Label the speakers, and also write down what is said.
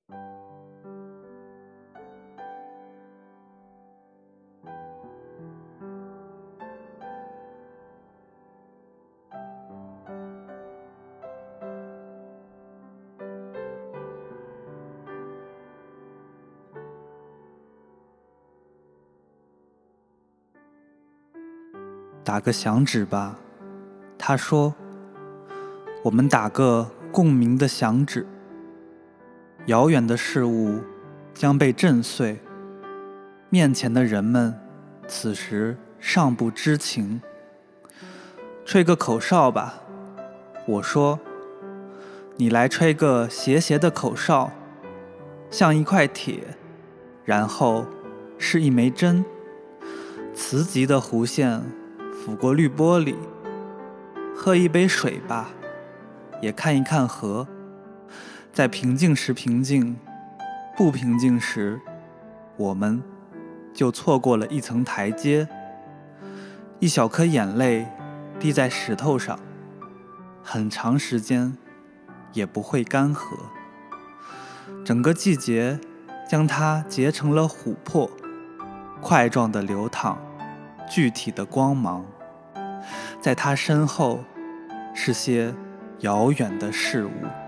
Speaker 1: 打个响指吧，他说，我们打个共鸣的响指，遥远的事物将被震碎，面前的人们此时尚不知情。吹个口哨吧，我说，你来吹个斜斜的口哨，像一块铁，然后是一枚针，磁极的弧线抚过绿玻璃。喝一杯水吧，也看一看河，在平静时平静，不平静时，我们就错过了一层台阶。一小颗眼泪滴在石头上，很长时间也不会干涸。整个季节将它结成了琥珀，块状的流淌，具体的光芒。在它身后是些遥远的事物。